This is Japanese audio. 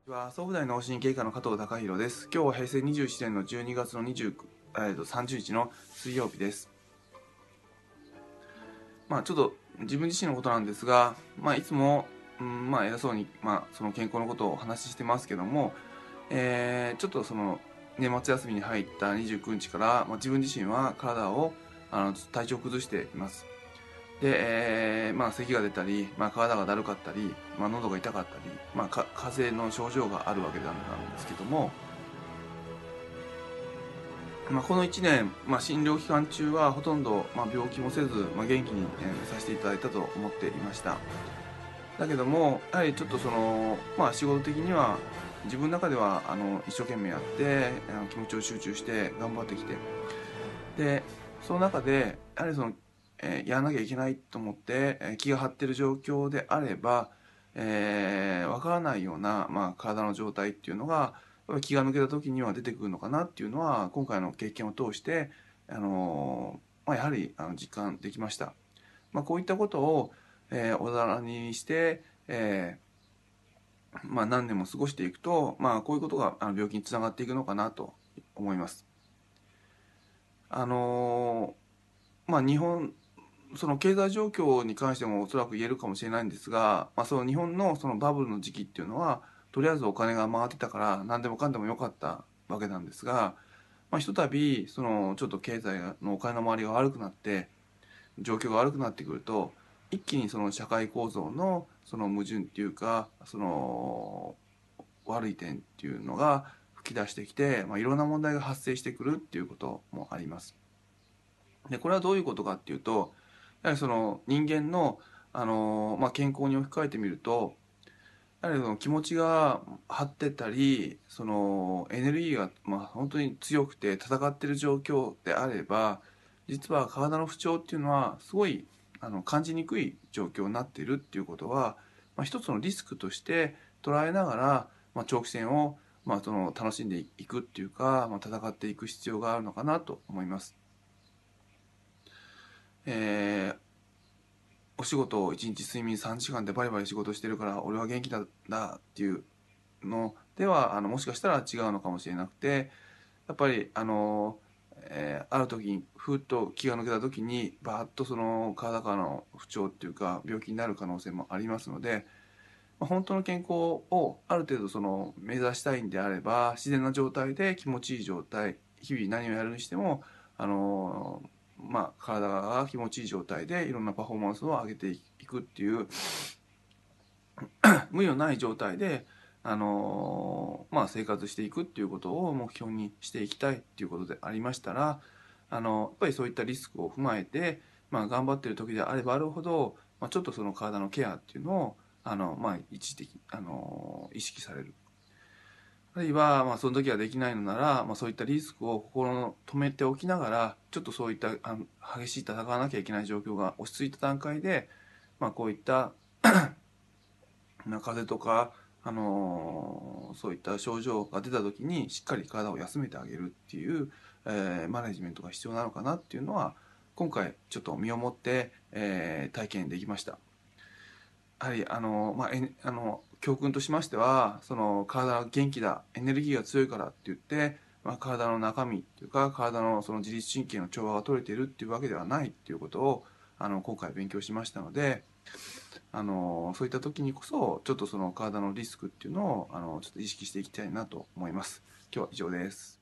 総武大脳神経科の加藤孝弘です。今日は平成27年の12月の30日の水曜日です。ちょっと自分自身のことなんですが、いつも、偉そうに、その健康のことをお話ししてますけども、ちょっとその年末休みに入った29日から、自分自身は体を体調を崩しています。で、咳が出たり、体がだるかったり、喉が痛かったり、風邪の症状があるわけなんですけども、この1年、診療期間中はほとんど、病気もせず、元気に、させていただいたと思っていました。だけども、やはりちょっとその、仕事的には自分の中では一生懸命やって気持ちを集中して頑張ってきて、でその中でやはりそのやらなきゃいけないと思って気が張ってる状況であれば、わからないような、体の状態っていうのが気が抜けた時には出てくるのかなっていうのは今回の経験を通してやはり実感できました。こういったことを、おざなりにして、何年も過ごしていくと、こういうことが病気につながっていくのかなと思います。日本その経済状況に関してもおそらく言えるかもしれないんですが、その日本のそのバブルの時期っていうのはとりあえずお金が回ってたから何でもかんでもよかったわけなんですが、ひとたびそのちょっと経済のお金の回りが悪くなって状況が悪くなってくると一気にその社会構造のその矛盾っていうかその悪い点っていうのが吹き出してきて、いろんな問題が発生してくるっていうこともあります。でこれはどういうことかっていうと、やはりその人間の、健康に置き換えてみると、やはりその気持ちが張ってたりそのエネルギーが本当に強くて戦っている状況であれば、実は体の不調っていうのはすごい感じにくい状況になっているっていうことは、一つのリスクとして捉えながら、長期戦を、その楽しんでいくっていうか、戦っていく必要があるのかなと思います。お仕事を1日睡眠3時間でバリバリ仕事してるから俺は元気だっていうのではもしかしたら違うのかもしれなくて、やっぱりある時にふっと気が抜けた時にバーッとその体からの不調っていうか病気になる可能性もありますので、本当の健康をある程度その目指したいんであれば自然な状態で気持ちいい状態、日々何をやるにしても体が気持ちいい状態でいろんなパフォーマンスを上げていくっていう無理のない状態で生活していくっていうことを目標にしていきたいっていうことでありましたら、やっぱりそういったリスクを踏まえて、頑張っている時であればあるほど、ちょっとその体のケアっていうのを一時的意識される。あるいは、その時はできないのなら、そういったリスクを心の止めておきながら、ちょっとそういった激しい戦わなきゃいけない状況が落ち着いた段階で、こういった風邪とか、そういった症状が出た時にしっかり体を休めてあげるっていう、マネジメントが必要なのかなっていうのは今回ちょっと身をもって、体験できました。やはり教訓としましては、その体が元気だ、エネルギーが強いからって言って、体の中身っていうか体のその自律神経の調和が取れているっていうわけではないっていうことを今回勉強しましたので、そういった時にこそちょっとその体のリスクっていうのをちょっと意識していきたいなと思います。今日は以上です。